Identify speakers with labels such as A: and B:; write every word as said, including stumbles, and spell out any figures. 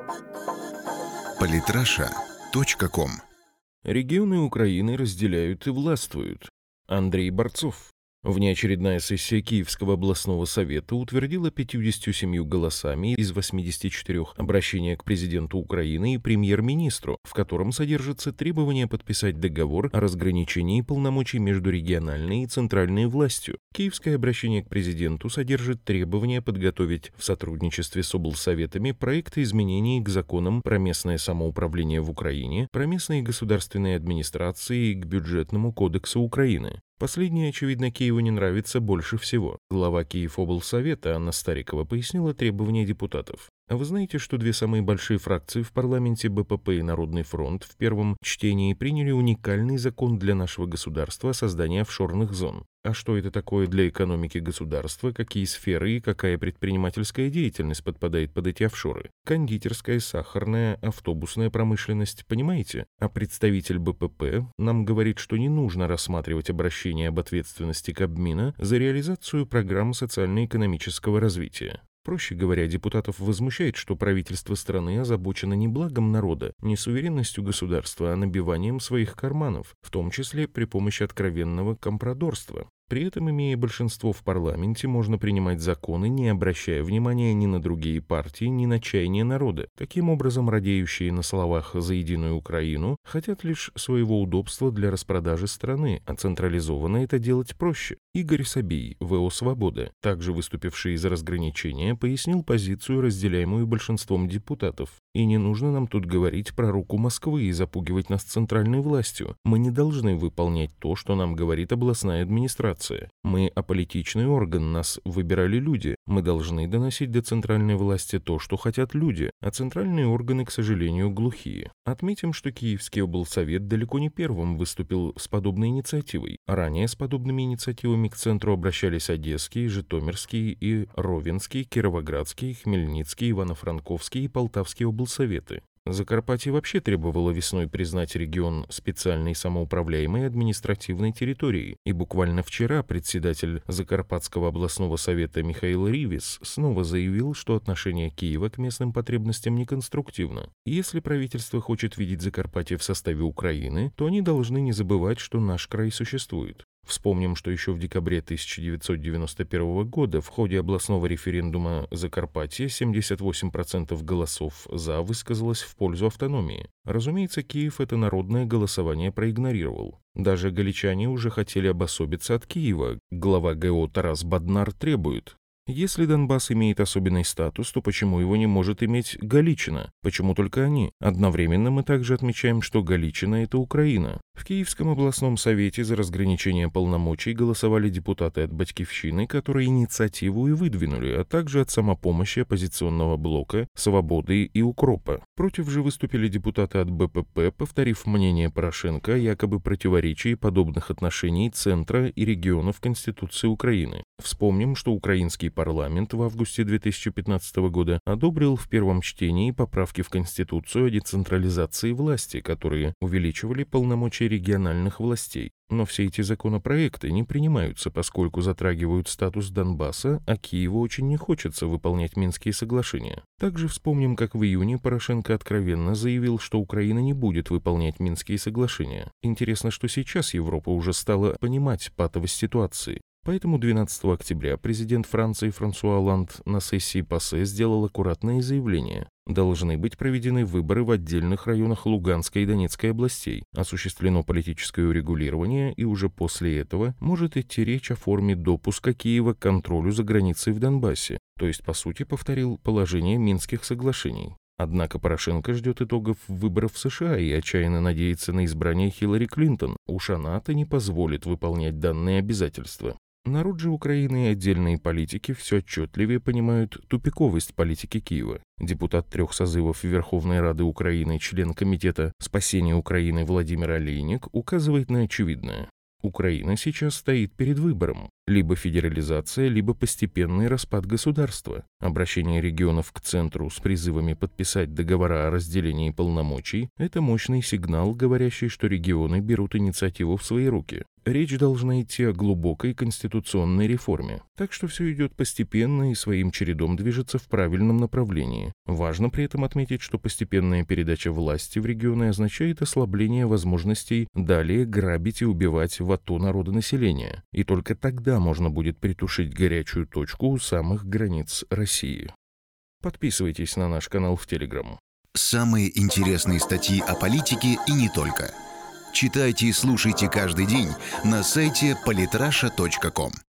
A: политраша точка ком.
B: Регионы Украины разделяют и властвуют. Андрей Борцов. Внеочередная сессия Киевского областного совета утвердила пятьюдесятью семью голосами из восьмидесяти четырёх обращение к президенту Украины и премьер-министру, в котором содержится требование подписать договор о разграничении полномочий между региональной и центральной властью. Киевское обращение к президенту содержит требование подготовить в сотрудничестве с облсоветами проекты изменений к законам про местное самоуправление в Украине, про местные государственные администрации и к бюджетному кодексу Украины. Последнее, очевидно, Киеву не нравится больше всего. Глава Киевоблсовета Анна Старикова пояснила требования депутатов. А вы знаете, что две самые большие фракции в парламенте, БПП и Народный фронт, в первом чтении приняли уникальный закон для нашего государства о создании офшорных зон? А что это такое для экономики государства, какие сферы и какая предпринимательская деятельность подпадает под эти офшоры? Кондитерская, сахарная, автобусная промышленность, понимаете? А представитель БПП нам говорит, что не нужно рассматривать обращение об ответственности Кабмина за реализацию программ социально-экономического развития. Проще говоря, депутатов возмущает, что правительство страны озабочено не благом народа, не суверенностью государства, а набиванием своих карманов, в том числе при помощи откровенного компрадорства. При этом, имея большинство в парламенте, можно принимать законы, не обращая внимания ни на другие партии, ни на чаяния народа. Таким образом, радеющие на словах за единую Украину хотят лишь своего удобства для распродажи страны, а централизованно это делать проще. Игорь Собий, ВО «Свобода», также выступивший за разграничение, пояснил позицию, разделяемую большинством депутатов. И не нужно нам тут говорить про руку Москвы и запугивать нас центральной властью. Мы не должны выполнять то, что нам говорит областная администрация. Мы аполитичный орган, нас выбирали люди. Мы должны доносить до центральной власти то, что хотят люди, а центральные органы, к сожалению, глухие. Отметим, что Киевский облсовет далеко не первым выступил с подобной инициативой. Ранее с подобными инициативами к центру обращались Одесский, Житомирский и Ровенский, Кировоградский, Хмельницкий, Ивано-Франковский и Полтавский облсоветы. Закарпатье вообще требовало весной признать регион специальной самоуправляемой административной территорией, и буквально вчера председатель Закарпатского областного совета Михаил Ривис снова заявил, что отношение Киева к местным потребностям неконструктивно. Если правительство хочет видеть Закарпатье в составе Украины, то они должны не забывать, что наш край существует. Вспомним, что еще в декабре тысяча девятьсот девяносто первого года в ходе областного референдума Закарпатья семьдесят восемь процентов голосов «за» высказалось в пользу автономии. Разумеется, Киев это народное голосование проигнорировал. Даже галичане уже хотели обособиться от Киева. Глава ГО Тарас Боднар требует: если Донбасс имеет особенный статус, то почему его не может иметь Галичина? Почему только они? Одновременно мы также отмечаем, что Галичина – это Украина. В Киевском областном совете за разграничение полномочий голосовали депутаты от «Батькивщины», которые инициативу и выдвинули, а также от «Самопомощи», оппозиционного блока, «Свободы» и «Укропа». Против же выступили депутаты от БПП, повторив мнение Порошенко о якобы противоречии подобных отношений центра и регионов Конституции Украины. Вспомним, что украинский парламент в августе две тысячи пятнадцатого года одобрил в первом чтении поправки в Конституцию о децентрализации власти, которые увеличивали полномочия региональных властей. Но все эти законопроекты не принимаются, поскольку затрагивают статус Донбасса, а Киеву очень не хочется выполнять Минские соглашения. Также вспомним, как в июне Порошенко откровенно заявил, что Украина не будет выполнять Минские соглашения. Интересно, что сейчас Европа уже стала понимать патовость ситуации. Поэтому двенадцатого октября президент Франции Франсуа Олланд на сессии ПАСЕ сделал аккуратное заявление. Должны быть проведены выборы в отдельных районах Луганской и Донецкой областей, осуществлено политическое урегулирование, и уже после этого может идти речь о форме допуска Киева к контролю за границей в Донбассе, то есть, по сути, повторил положение Минских соглашений. Однако Порошенко ждет итогов выборов в США и отчаянно надеется на избрание Хиллари Клинтон. Уж она-то не позволит выполнять данные обязательства. Народ же Украины и отдельные политики все отчетливее понимают тупиковость политики Киева. Депутат трех созывов Верховной Рады Украины, член Комитета спасения Украины Владимир Олейник указывает на очевидное. Украина сейчас стоит перед выбором. Либо федерализация, либо постепенный распад государства. Обращение регионов к центру с призывами подписать договора о разделении полномочий – это мощный сигнал, говорящий, что регионы берут инициативу в свои руки. Речь должна идти о глубокой конституционной реформе. Так что все идет постепенно и своим чередом движется в правильном направлении. Важно при этом отметить, что постепенная передача власти в регионы означает ослабление возможностей далее грабить и убивать в АТО народонаселения. И только тогда можно будет притушить горячую точку у самых границ России. Подписывайтесь на наш канал в Телеграм.
A: Самые интересные статьи о политике и не только. Читайте и слушайте каждый день на сайте политраша точка ком.